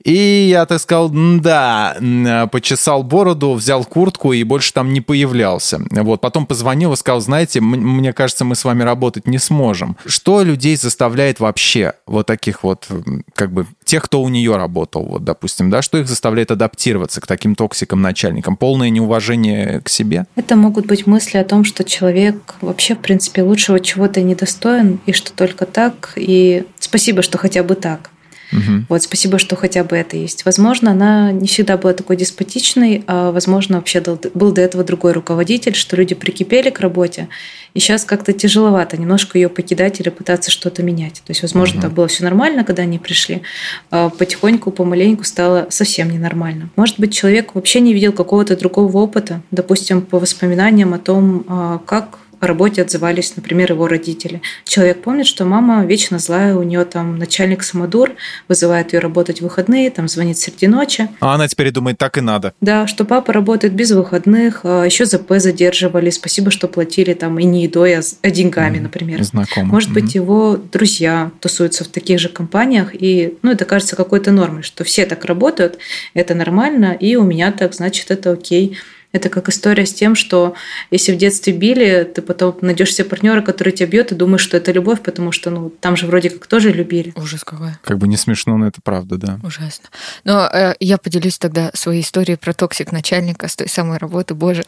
И я так сказал, да, почесал бороду, взял куртку и больше там не появлялся. Вот, потом позвонил и сказал: знаете, мне кажется, мы с вами работать не сможем. Что людей заставляет вообще вот таких вот, как бы, тех, кто у нее работал, вот, допустим, да, что их заставляет адаптироваться к таким токсикам-начальникам? Полное неуважение к себе? Это могут быть мысли о том, что человек вообще, в принципе, лучшего чего-то недостоин, и что только так, и спасибо, что хотя бы так. Вот, спасибо, что хотя бы это есть. Возможно, она не всегда была такой деспотичной, а, возможно, вообще был до этого другой руководитель, что люди прикипели к работе, и сейчас как-то тяжеловато немножко ее покидать или пытаться что-то менять. То есть, возможно, там было все нормально, когда они пришли, а потихоньку, помаленьку стало совсем ненормально. Может быть, человек вообще не видел какого-то другого опыта, допустим, по воспоминаниям о том, как о работе отзывались, например, его родители. Человек помнит, что мама вечно злая, у нее там начальник самодур, вызывает ее работать в выходные, там звонит среди ночи. А она теперь думает, так и надо. Да, что папа работает без выходных, еще ЗП задерживали, спасибо, что платили там и не едой, а деньгами, например. Знакомо. Может быть, его друзья тусуются в таких же компаниях, и это кажется какой-то нормой, что все так работают, это нормально, и у меня так, значит, это окей. Это как история с тем, что если в детстве били, ты потом найдешь себе партнера, который тебя бьет, и думаешь, что это любовь, потому что там же вроде как тоже любили. Ужас какой. Как бы не смешно, но это правда, да. Ужасно. Но я поделюсь тогда своей историей про токсик начальника с той самой работы. Боже,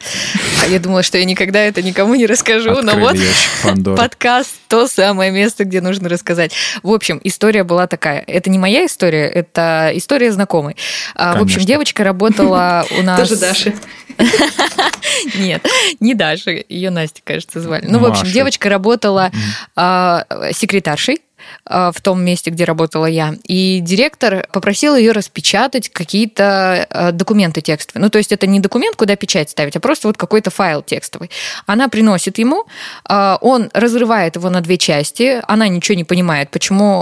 я думала, что я никогда это никому не расскажу, но вот подкаст — то самое место, где нужно рассказать. В общем, история была такая. Это не моя история, это история знакомой. В общем, девочка работала у нас... Тоже Даша. Нет, не Даша, ее Настя, кажется, звали. Ну, в общем, девочка работала секретаршей в том месте, где работала я. И директор попросил ее распечатать какие-то документы текстовые. Ну, то есть это не документ, куда печать ставить, а просто вот какой-то файл текстовый. Она приносит ему, он разрывает его на 2 части, она ничего не понимает, почему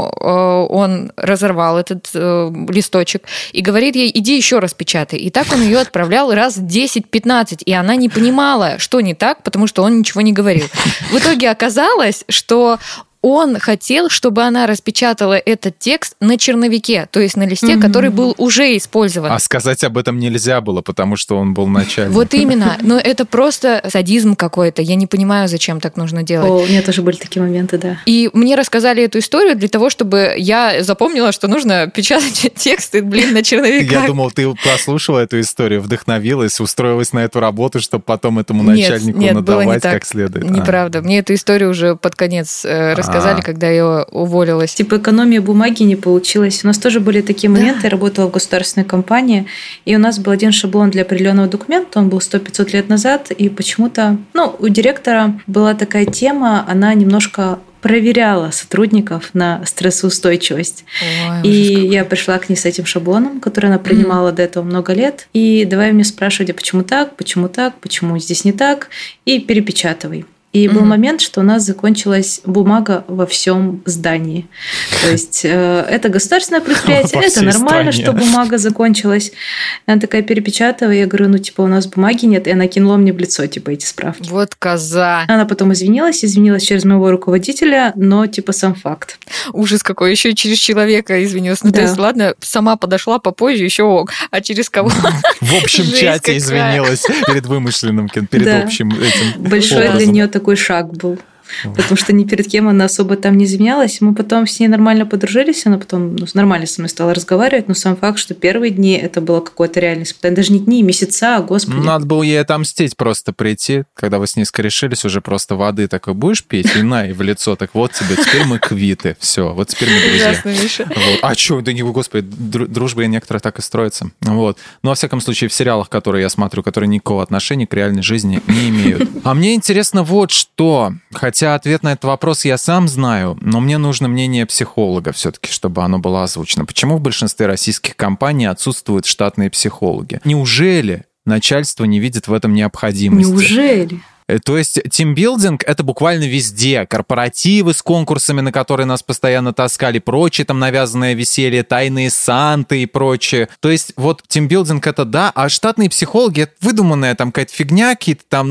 он разорвал этот листочек, и говорит ей: иди еще раз печатай. И так он ее отправлял раз 10-15, и она не понимала, что не так, потому что он ничего не говорил. В итоге оказалось, что он хотел, чтобы она распечатала этот текст на черновике, то есть на листе, который был уже использован. А сказать об этом нельзя было, потому что он был начальник. Вот именно. Но это просто садизм какой-то. Я не понимаю, зачем так нужно делать. У меня тоже были такие моменты, да. И мне рассказали эту историю для того, чтобы я запомнила, что нужно печатать тексты, на черновиках. Я думал, ты прослушала эту историю, вдохновилась, устроилась на эту работу, чтобы потом этому начальнику надавать как следует. Неправда. Мне эту историю уже под конец рассказали, когда я уволилась. Типа экономия бумаги не получилась. У нас тоже были такие моменты. Я работала в государственной компании, и у нас был один шаблон для определенного документа. Он был 100-500 лет назад, и почему-то, у директора была такая тема, она немножко проверяла сотрудников на стрессоустойчивость. И я пришла к ней с этим шаблоном, который она принимала до этого много лет. И давай мне спрашивать, а почему так, почему здесь не так, и перепечатывай. И был момент, что у нас закончилась бумага во всем здании. То есть это государственное предприятие, это нормально, что бумага закончилась. Она такая: перепечатывая, я говорю: у нас бумаги нет. И она кинула мне в лицо, эти справки. Вот коза. Она потом извинилась через моего руководителя, но сам факт. Ужас какой, еще и через человека извинилась. То есть, ладно, сама подошла попозже, еще ок. А через кого? В общем чате извинилась перед вымышленным, перед общим этим. Большой для нее такой шаг был. Потому что ни перед кем она особо там не извинялась. Мы потом с ней нормально подружились, она потом нормально со мной стала разговаривать, но сам факт, что первые дни это было какое-то реальное испытание. Даже не дни, месяца, господи. Надо было ей отомстить, просто прийти, когда вы с ней скорешились, уже просто воды такой будешь пить, и в лицо, так вот тебе, теперь мы квиты, все, вот теперь мы друзья. Ужасно, Миша. А что, да не, господи, дружба некоторая так и строится. Вот. Но, во всяком случае, в сериалах, которые я смотрю, которые никакого отношения к реальной жизни не имеют. А мне интересно вот что, хотя ответ на этот вопрос я сам знаю, но мне нужно мнение психолога все-таки, чтобы оно было озвучено. Почему в большинстве российских компаний отсутствуют штатные психологи? Неужели начальство не видит в этом необходимости? Неужели? То есть тимбилдинг — это буквально везде. Корпоративы с конкурсами, на которые нас постоянно таскали, прочее там навязанное веселье, тайные санты и прочее. То есть вот тимбилдинг — это да, а штатные психологи — это выдуманная там какая-то фигня, какие-то там,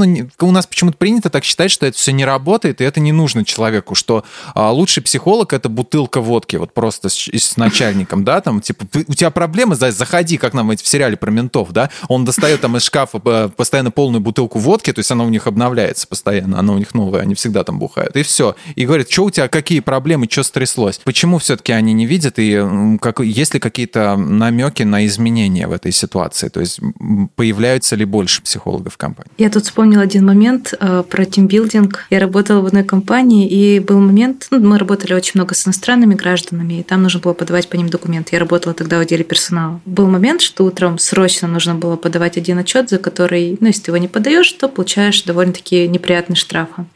у нас почему-то принято так считать, что это все не работает, и это не нужно человеку, что лучший психолог — это бутылка водки, вот просто с начальником, да, там, у тебя проблемы, заходи, как нам в сериале про ментов, да, он достает там из шкафа постоянно полную бутылку водки, то есть она у них обновляется постоянно, она у них новая, они всегда там бухают. И все. И говорят, что у тебя, какие проблемы, что стряслось? Почему все-таки они не видят? И есть ли какие-то намеки на изменения в этой ситуации? То есть появляются ли больше психологов в компании? Я тут вспомнила один момент про тимбилдинг. Я работала в одной компании, и был момент, мы работали очень много с иностранными гражданами, и там нужно было подавать по ним документы. Я работала тогда в отделе персонала. Был момент, что утром срочно нужно было подавать один отчет, за который, если ты его не подаешь, то получаешь довольно-таки неприятные штрафы.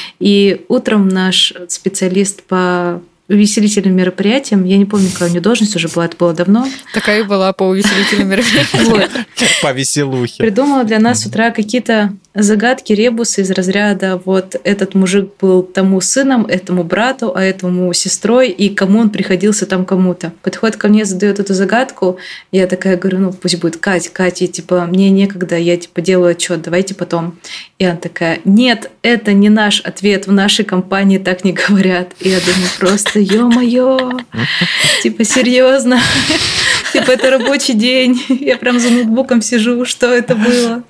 И утром наш специалист по увеселительным мероприятиям, я не помню, какая у нее должность уже была, это было давно. Такая и была по увеселительным мероприятиям. По веселухе. Придумала для нас с утра какие-то загадки, ребусы из разряда вот этот мужик был тому сыном, этому брату, а этому сестрой, и кому он приходился там кому-то. Подходит ко мне, задает эту загадку, я такая говорю, пусть будет Катя, мне некогда, я делаю отчет, давайте потом. И она такая, нет, это не наш ответ, в нашей компании так не говорят. И я думаю, просто, ё-моё, серьезно, это рабочий день, я прям за ноутбуком сижу, что это было?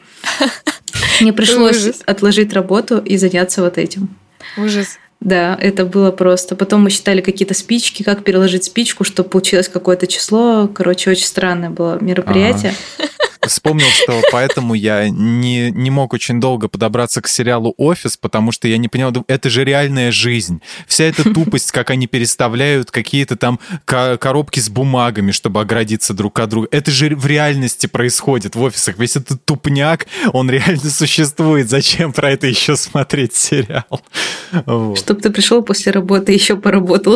Мне пришлось отложить работу и заняться вот этим. Ужас. Да, это было просто. Потом мы считали какие-то спички, как переложить спичку, чтобы получилось какое-то число. Короче, очень странное было мероприятие. вспомнил, что поэтому я не мог очень долго подобраться к сериалу «Офис», потому что я не понял, это же реальная жизнь. Вся эта тупость, как они переставляют какие-то там коробки с бумагами, чтобы оградиться друг от друга. Это же в реальности происходит в офисах. Весь этот тупняк, он реально существует. Зачем про это еще смотреть сериал? Вот. Чтобы ты пришел после работы, еще поработал.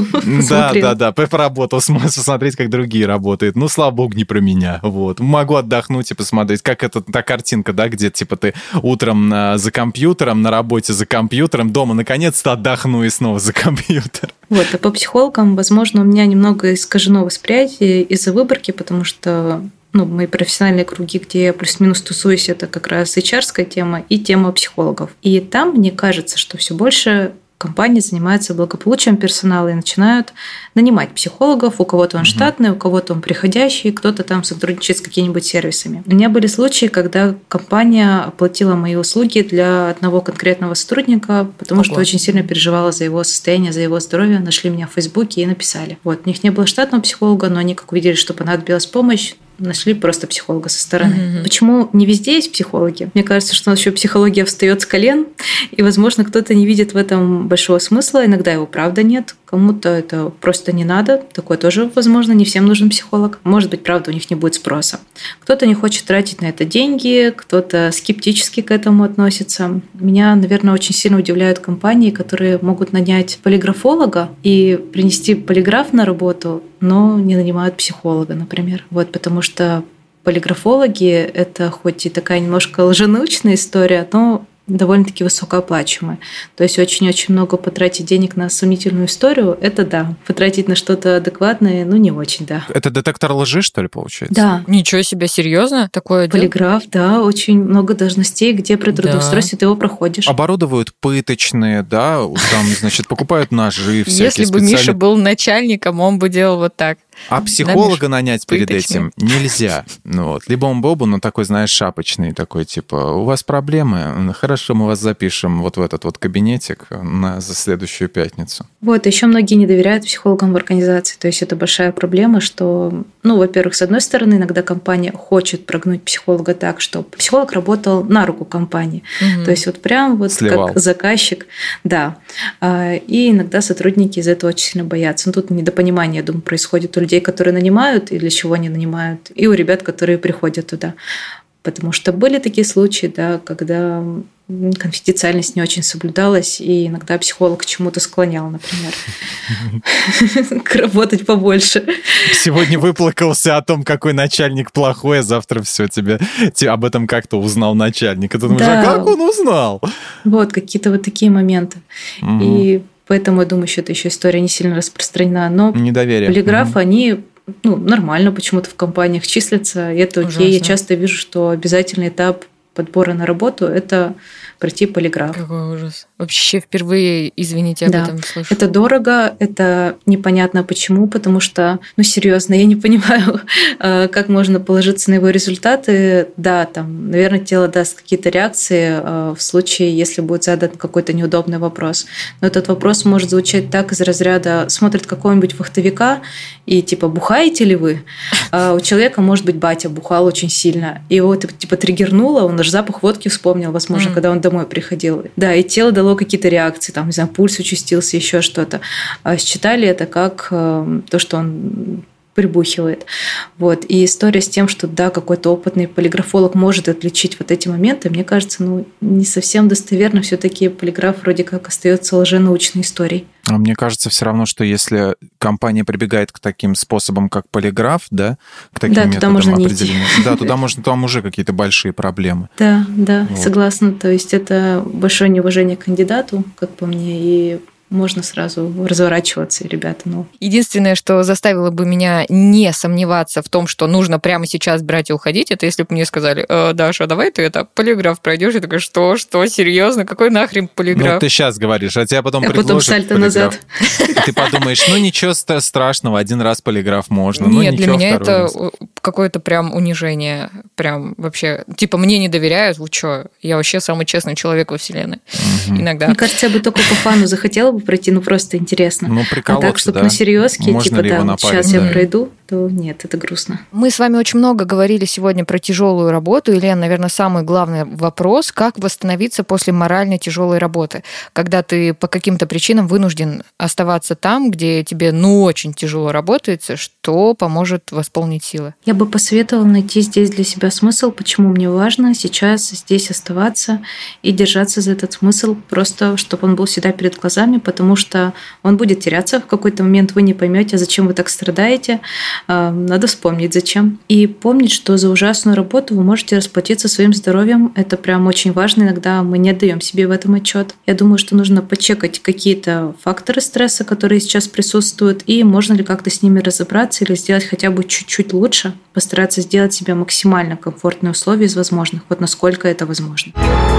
Да, поработал, смотреть, как другие работают. Ну, слава богу, не про меня. Вот. Могу отдохнуть и посмотреть, как это та картинка, да, где типа ты утром за компьютером, на работе за компьютером, дома наконец-то отдохну и снова за компьютер. Вот, а по психологам, возможно, у меня немного искажено восприятие из-за выборки, потому что мои профессиональные круги, где я плюс-минус тусуюсь, это как раз HR-ская тема и тема психологов. И там мне кажется, что все больше компании занимаются благополучием персонала и начинают нанимать психологов. У кого-то он штатный, у кого-то он приходящий, кто-то там сотрудничает с какими-нибудь сервисами. У меня были случаи, когда компания оплатила мои услуги для одного конкретного сотрудника, потому что очень сильно переживала за его состояние, за его здоровье. Нашли меня в Фейсбуке и написали. Вот, у них не было штатного психолога, но они, как увидели, что понадобилась помощь, нашли просто психолога со стороны. Почему не везде есть психологи? Мне кажется, что у нас еще психология встает с колен, и, возможно, кто-то не видит в этом большого смысла. Иногда его правда нет. Кому-то это просто не надо. Такое тоже возможно. Не всем нужен психолог. Может быть, правда, у них не будет спроса. Кто-то не хочет тратить на это деньги, кто-то скептически к этому относится. Меня, наверное, очень сильно удивляют компании, которые могут нанять полиграфолога и принести полиграф на работу, но не нанимают психолога, например. Вот, потому что полиграфологи – это хоть и такая немножко лженаучная история, но довольно-таки высокооплачиваемые. То есть очень-очень много потратить денег на сомнительную историю – это да. Потратить на что-то адекватное – не очень, да. Это детектор лжи, что ли, получается? Да. Ничего себе, серьезно? Такое полиграф, да, очень много должностей, где при трудоустройстве ты его проходишь. Оборудуют пыточные, да, там, значит, покупают ножи всякие. Если бы Миша был начальником, он бы делал вот так. А психолога нанять перед этим нельзя. Либо он был бы, такой, знаешь, шапочный, такой, типа, у вас проблемы? Хорошо, мы вас запишем вот в этот вот кабинетик за следующую пятницу. Вот, еще многие не доверяют психологам в организации. То есть это большая проблема, что, во-первых, с одной стороны, иногда компания хочет прогнуть психолога так, чтобы психолог работал на руку компании. То есть вот прям вот сливал. Как заказчик. Да. И иногда сотрудники из этого очень сильно боятся. Тут недопонимание, я думаю, происходит у людей, которые нанимают, и для чего они нанимают, и у ребят, которые приходят туда. Потому что были такие случаи, да, когда конфиденциальность не очень соблюдалась, и иногда психолог к чему-то склонял, например. Работать побольше. Сегодня выплакался о том, какой начальник плохой, а завтра все тебе об этом как-то узнал начальник. И ты думаешь, а как он узнал? Вот, какие-то вот такие моменты. И поэтому, я думаю, что эта еще история не сильно распространена. Но полиграфы, они нормально почему-то в компаниях числятся, и это окей. Ужасно. Я часто вижу, что обязательный этап подбора на работу – это пройти полиграф. Какой ужас. Вообще впервые, извините, об этом слышу. Это дорого, это непонятно почему, потому что, серьезно, я не понимаю, как можно положиться на его результаты. Да, там, наверное, тело даст какие-то реакции в случае, если будет задан какой-то неудобный вопрос. Но этот вопрос может звучать так из разряда: смотрит какого-нибудь вахтовика и типа: бухаете ли вы? А у человека, может быть, батя бухал очень сильно, и его типа триггернуло, он даже запах водки вспомнил, возможно, когда он домой приходил. Да, и тело дало какие-то реакции, там, не знаю, пульс участился, еще что-то. А считали это как то, что он прибухивает. Вот. И история с тем, что да, какой-то опытный полиграфолог может отличить вот эти моменты, мне кажется, не совсем достоверно. Все-таки полиграф вроде как остается лженаучной историей. А мне кажется, все равно, что если компания прибегает к таким способам, как полиграф, да, к таким методам определения, туда можно, там уже какие-то большие проблемы. Да, вот. Согласна. То есть это большое неуважение к кандидату, как по мне, и можно сразу разворачиваться, ребята. Единственное, что заставило бы меня не сомневаться в том, что нужно прямо сейчас брать и уходить, это если бы мне сказали: Даша, давай ты полиграф пройдешь. Я такая: что, серьезно? Какой нахрен полиграф? Ты сейчас говоришь, а тебя потом предложат потом сальто полиграф назад. Ты подумаешь, ничего страшного, один раз полиграф можно. Нет, для меня это какое-то прям унижение. Прям вообще, типа, мне не доверяют, вы что? Я вообще самый честный человек во вселенной. Иногда. Мне кажется, я бы только по фану захотела бы пройти, просто интересно. Приколоться, а так, чтобы на серьезке, можно типа, сейчас я пройду. то нет, это грустно. Мы с вами очень много говорили сегодня про тяжелую работу. И, Лен, наверное, самый главный вопрос, как восстановиться после морально тяжелой работы, когда ты по каким-то причинам вынужден оставаться там, где тебе очень тяжело работается, что поможет восполнить силы? Я бы посоветовала найти здесь для себя смысл, почему мне важно сейчас здесь оставаться и держаться за этот смысл, просто чтобы он был всегда перед глазами, потому что он будет теряться в какой-то момент, вы не поймете, зачем вы так страдаете. Надо вспомнить, зачем. И помнить, что за ужасную работу вы можете расплатиться своим здоровьем. Это прям очень важно. Иногда мы не отдаем себе в этом отчет. Я думаю, что нужно почекать какие-то факторы стресса, которые сейчас присутствуют, и можно ли как-то с ними разобраться или сделать хотя бы чуть-чуть лучше, постараться сделать себе максимально комфортные условия из возможных, вот насколько это возможно.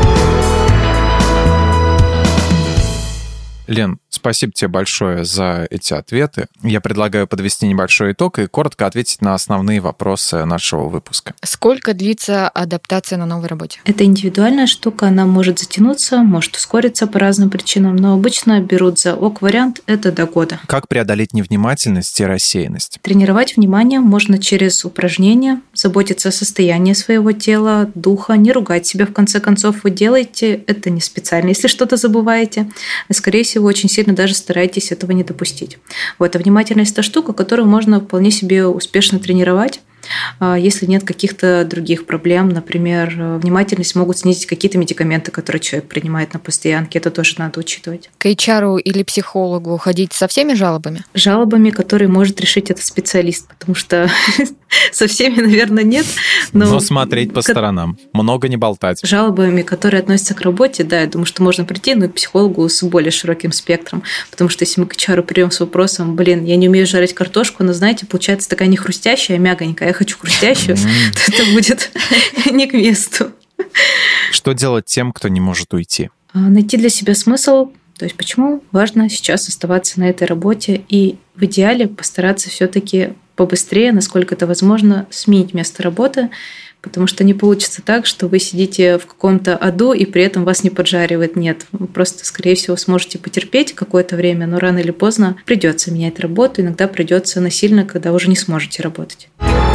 Лен, спасибо тебе большое за эти ответы. Я предлагаю подвести небольшой итог и коротко ответить на основные вопросы нашего выпуска. Сколько длится адаптация на новой работе? Это индивидуальная штука, она может затянуться, может ускориться по разным причинам, но обычно берут за ок-вариант это до года. Как преодолеть невнимательность и рассеянность? Тренировать внимание можно через упражнения, заботиться о состоянии своего тела, духа, не ругать себя в конце концов. Вы делаете это не специально, если что-то забываете, скорее всего, вы очень сильно даже стараетесь этого не допустить. Вот, а внимательность – это штука, которую можно вполне себе успешно тренировать, если нет каких-то других проблем. Например, внимательность могут снизить какие-то медикаменты, которые человек принимает на постоянке. Это тоже надо учитывать. К HR или психологу ходить со всеми жалобами? Жалобами, которые может решить этот специалист, потому что со всеми, наверное, нет. Но смотреть по сторонам, много не болтать. Жалобами, которые относятся к работе, да, я думаю, что можно прийти, но к психологу с более широким спектром, потому что если мы к HR придем с вопросом, я не умею жарить картошку, но, знаете, получается такая не хрустящая, а мягонькая, я хочу хрустящую, то это будет не к месту. Что делать тем, кто не может уйти? Найти для себя смысл, то есть почему важно сейчас оставаться на этой работе и в идеале постараться все-таки побыстрее, насколько это возможно, сменить место работы, потому что не получится так, что вы сидите в каком-то аду и при этом вас не поджаривает. Нет, вы просто, скорее всего, сможете потерпеть какое-то время, но рано или поздно придется менять работу, иногда придется насильно, когда уже не сможете работать.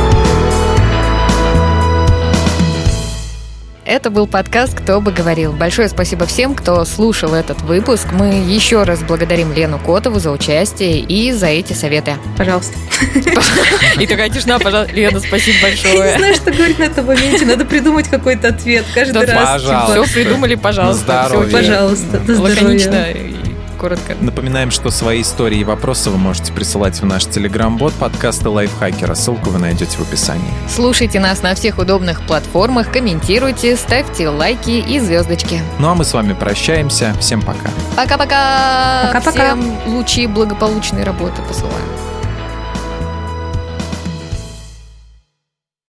Это был подкаст «Кто бы говорил». Большое спасибо всем, кто слушал этот выпуск. Мы еще раз благодарим Лену Котову за участие и за эти советы. Пожалуйста. И такая тишина, пожалуйста. Лена, спасибо большое. Я не знаю, что говорить на этом моменте. Надо придумать какой-то ответ каждый раз. Пожалуйста. Все придумали, пожалуйста. Пожалуйста, до здоровья. Лаконично и коротко. Напоминаем, что свои истории и вопросы вы можете присылать в наш телеграм-бот подкаста Лайфхакера. Ссылку вы найдете в описании. Слушайте нас на всех удобных платформах, комментируйте, ставьте лайки и звездочки. Ну а мы с вами прощаемся. Всем пока. Пока-пока. Пока-пока. Всем лучи благополучной работы посылаем.